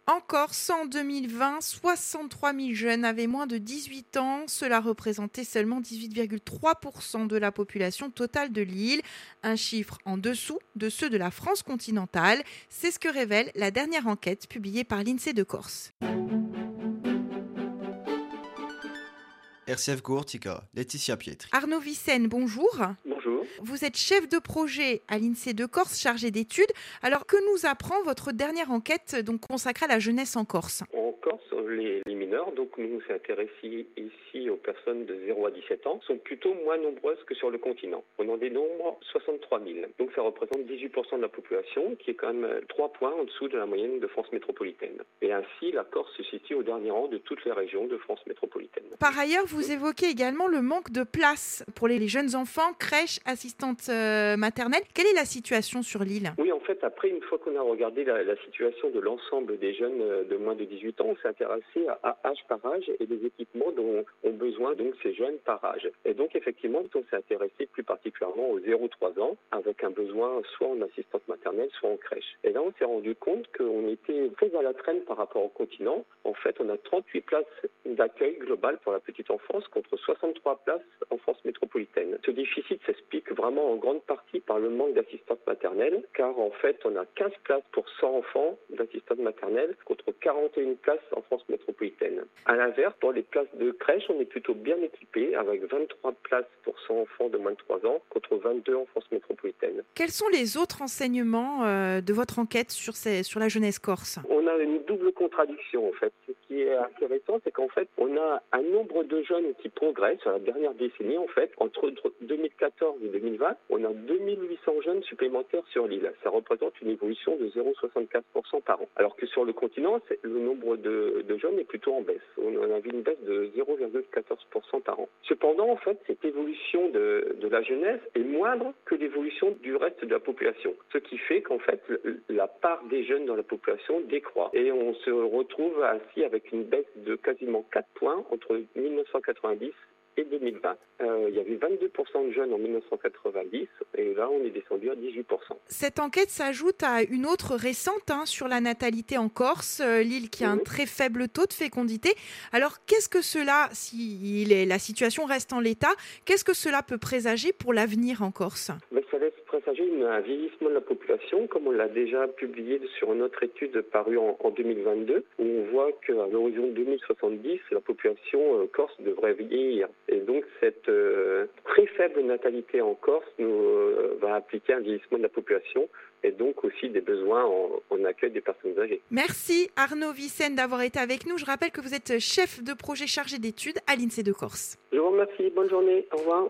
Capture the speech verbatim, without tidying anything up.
En Corse, en deux mille vingt, soixante-trois mille jeunes avaient moins de dix-huit ans. Cela représentait seulement dix-huit virgule trois pour cent de la population totale de l'île. Un chiffre en dessous de ceux de la France continentale. C'est ce que révèle la dernière enquête publiée par l'INSEE de Corse. R C F Courtica, Laetitia Pietri. Arnaud Vicenne, bonjour. Bonjour. Vous êtes chef de projet à l'INSEE de Corse, chargé d'études. Alors, que nous apprend votre dernière enquête donc consacrée à la jeunesse en Corse ? En Corse, les, les mineurs, donc nous s'est intéressé ici aux personnes de zéro à dix-sept ans, sont plutôt moins nombreuses que sur le continent. On en dénombre soixante-trois mille. Donc ça représente dix-huit pour cent de la population, qui est quand même trois points en dessous de la moyenne de France métropolitaine. Et ainsi, la Corse se situe au dernier rang de toutes les régions de France métropolitaine. Par ailleurs, vous évoquez également le manque de place pour les jeunes enfants, crèches, assistantes euh, maternelles. Quelle est la situation sur l'île ? Oui, en fait, après, une fois qu'on a regardé la, la situation de l'ensemble des jeunes de moins de dix-huit ans, on s'est intéressé à, à âge par âge et des équipements dont ont besoin donc ces jeunes par âge. Et donc, effectivement, on s'est intéressé plus particulièrement aux zéro à trois ans, avec un besoin soit en assistante maternelle, soit en crèche. Et là, on s'est rendu compte qu'on était très à la traîne par rapport au continent. En fait, on a trente-huit places d'accueil global pour la petite enfance contre soixante-trois places en France métropolitaine. Ce déficit s'explique vraiment en grande partie par le manque d'assistantes maternelles, car en fait, on a quinze places pour cent enfants d'assistantes maternelles contre quarante et une places en France métropolitaine. À l'inverse, pour les places de crèche, on est plutôt bien équipé avec vingt-trois places pour cent enfants de moins de trois ans contre vingt-deux en France métropolitaine. Quels sont les autres enseignements euh, de votre enquête sur, ces, sur la jeunesse corse ? On a une double contradiction en fait. Ce qui est intéressant, c'est qu'en fait, on a un nombre de jeunes qui progressent sur la dernière décennie en fait. Entre deux mille quatorze et deux mille vingt, on a deux mille huit cents jeunes supplémentaires sur l'île. Ça représente une évolution de zéro virgule soixante-quatorze pour cent par an. Alors que sur le continent, le nombre de, de jeunes est plutôt en baisse. On a vu une baisse de zéro virgule quatorze pour cent par an. Cependant, en fait, cette évolution de, de la jeunesse est moindre que l'évolution du reste de la population. Ce qui fait qu'en fait, la part des jeunes dans la population décroît. Et on se retrouve ainsi avec une baisse de quasiment quatre points entre mille neuf cent quatre-vingt-dix et deux mille vingt. Euh, il y avait vingt-deux pour cent de jeunes en mille neuf cent quatre-vingt-dix et là on est descendu à dix-huit pour cent. Cette enquête s'ajoute à une autre récente hein, sur la natalité en Corse, euh, l'île qui a un très faible taux de fécondité. Alors qu'est-ce que cela, si il est, la situation reste en l'état, qu'est-ce que cela peut présager pour l'avenir en Corse ? Mais ça laisse présager une, un vieillissement de la population, comme on l'a déjà publié sur une autre étude parue en, en deux mille vingt-deux, où on voit qu'à l'horizon deux mille soixante-dix, la population euh, corse devrait vieillir. Et donc cette euh, très faible natalité en Corse nous, euh, va impliquer un vieillissement de la population et donc aussi des besoins en, en accueil des personnes âgées. Merci Arnaud Vicenne d'avoir été avec nous. Je rappelle que vous êtes chef de projet chargé d'études à l'INSEE de Corse. Je vous remercie, bonne journée, au revoir.